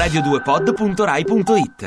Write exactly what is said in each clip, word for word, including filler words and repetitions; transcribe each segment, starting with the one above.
radio due pod punto rai punto it.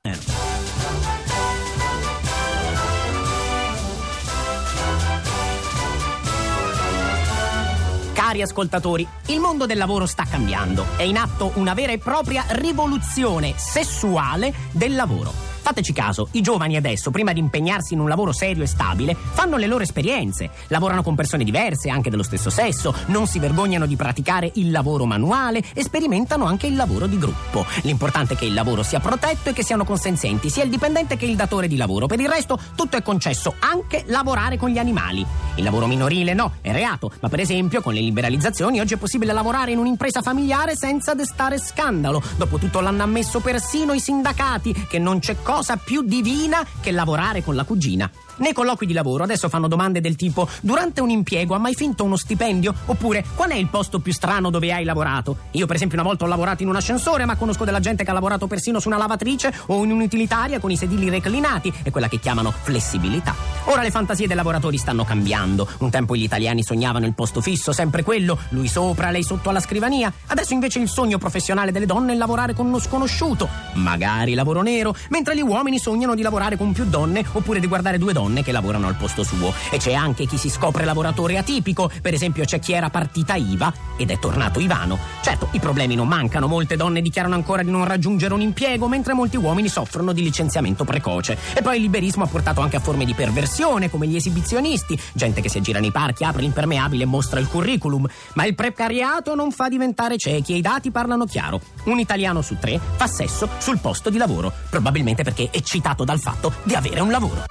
Cari ascoltatori, il mondo del lavoro sta cambiando. È in atto una vera e propria rivoluzione sessuale del lavoro. Fateci caso, i giovani adesso, prima di impegnarsi in un lavoro serio e stabile, fanno le loro esperienze, lavorano con persone diverse, anche dello stesso sesso, non si vergognano di praticare il lavoro manuale e sperimentano anche il lavoro di gruppo. L'importante è che il lavoro sia protetto e che siano consenzienti sia il dipendente che il datore di lavoro. Per il resto tutto è concesso, anche lavorare con gli animali. Il lavoro minorile no, è reato, ma per esempio con le liberalizzazioni oggi è possibile lavorare in un'impresa familiare senza destare scandalo. Dopotutto l'hanno ammesso persino i sindacati, che non c'è cosa più divina che lavorare con la cugina. Nei colloqui di lavoro adesso fanno domande del tipo: durante un impiego ha mai finto uno stipendio? Oppure: qual è il posto più strano dove hai lavorato? Io per esempio una volta ho lavorato in un ascensore, ma conosco della gente che ha lavorato persino su una lavatrice o in un'utilitaria con i sedili reclinati, è quella che chiamano flessibilità. Ora le fantasie dei lavoratori stanno cambiando. Un tempo gli italiani sognavano il posto fisso, sempre quello, lui sopra, lei sotto alla scrivania. Adesso invece il sogno professionale delle donne è lavorare con uno sconosciuto, magari lavoro nero, mentre gli uomini sognano di lavorare con più donne oppure di guardare due donne che lavorano al posto suo. E c'è anche chi si scopre lavoratore atipico. Per esempio c'è chi era partita I V A ed è tornato Ivano. Certo, i problemi non mancano. Molte donne dichiarano ancora di non raggiungere un impiego, mentre molti uomini soffrono di licenziamento precoce. E poi il liberismo ha portato anche a forme di perversione, come gli esibizionisti, gente che si aggira nei parchi, apre l'impermeabile e mostra il curriculum. Ma il precariato non fa diventare ciechi e i dati parlano chiaro. Un italiano su tre fa sesso sul posto di lavoro, probabilmente perché è eccitato dal fatto di avere un lavoro.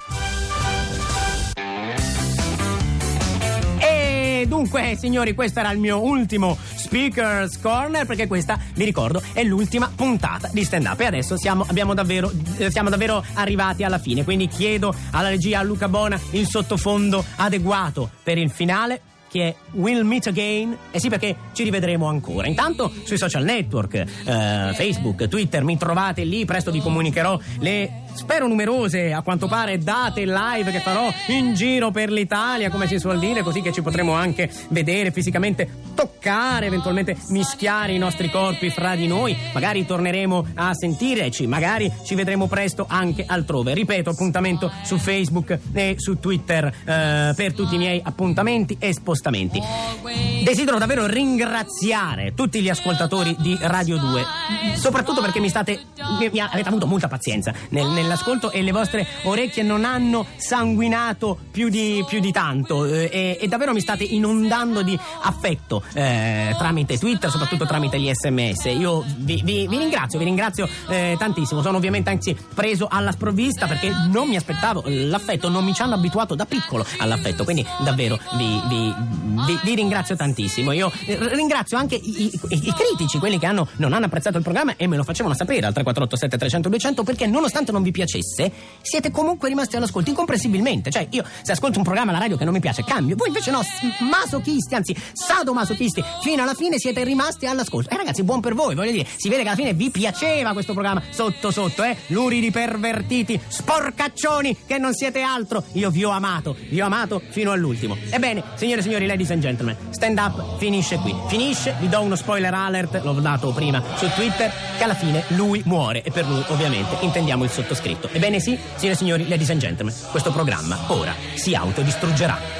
Dunque, signori, questo era il mio ultimo Speaker's Corner, perché questa, vi ricordo, è l'ultima puntata di Stand Up e adesso siamo, abbiamo davvero, siamo davvero arrivati alla fine, quindi chiedo alla regia, a Luca Bona, il sottofondo adeguato per il finale, che è We'll Meet Again. Eh sì, perché ci rivedremo ancora. Intanto sui social network, eh, Facebook, Twitter, mi trovate lì. Presto vi comunicherò le, spero numerose, a quanto pare, date live che farò in giro per l'Italia, come si suol dire, così che ci potremo anche vedere fisicamente, toccare, eventualmente mischiare i nostri corpi fra di noi. Magari torneremo a sentirci, magari ci vedremo presto anche altrove. Ripeto, appuntamento su Facebook e su Twitter eh, per tutti i miei appuntamenti e spostamenti. Desidero davvero ringraziare tutti gli ascoltatori di Radio due, soprattutto perché mi state mi, mi avete avuto molta pazienza nel, nell'ascolto e le vostre orecchie non hanno sanguinato più di, più di tanto eh, e, e davvero mi state inondando di affetto eh, tramite Twitter, soprattutto tramite gli sms. Io vi, vi, vi ringrazio, vi ringrazio eh, tantissimo. Sono ovviamente anzi preso alla sprovvista perché non mi aspettavo l'affetto, non mi ci hanno abituato da piccolo all'affetto, quindi davvero vi, vi Vi, vi ringrazio tantissimo. Io eh, ringrazio anche i, i, i critici, quelli che hanno, non hanno apprezzato il programma e me lo facevano sapere al tre quattro otto sette trecento duecento, perché nonostante non vi piacesse siete comunque rimasti all'ascolto incomprensibilmente. Cioè io se ascolto un programma alla radio che non mi piace cambio, voi invece no, masochisti, anzi sadomasochisti, fino alla fine siete rimasti all'ascolto. E eh, ragazzi, buon per voi, voglio dire, si vede che alla fine vi piaceva questo programma sotto sotto, eh luridi pervertiti, sporcaccioni che non siete altro. Io vi ho amato, vi ho amato fino all'ultimo. Ebbene, signore e signori, ladies and gentlemen, Stand Up finisce qui. Finisce, vi do uno spoiler alert, l'ho dato prima su Twitter, che alla fine lui muore e per lui ovviamente intendiamo il sottoscritto. Ebbene sì, signore e signori, ladies and gentlemen, questo programma ora si autodistruggerà.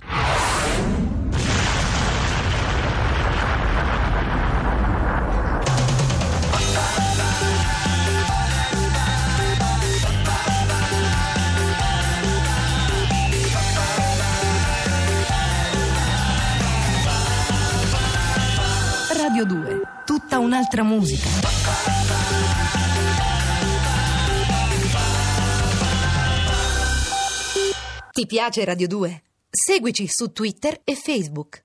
Radio due, tutta un'altra musica. Ti piace Radio due? Seguici su Twitter e Facebook.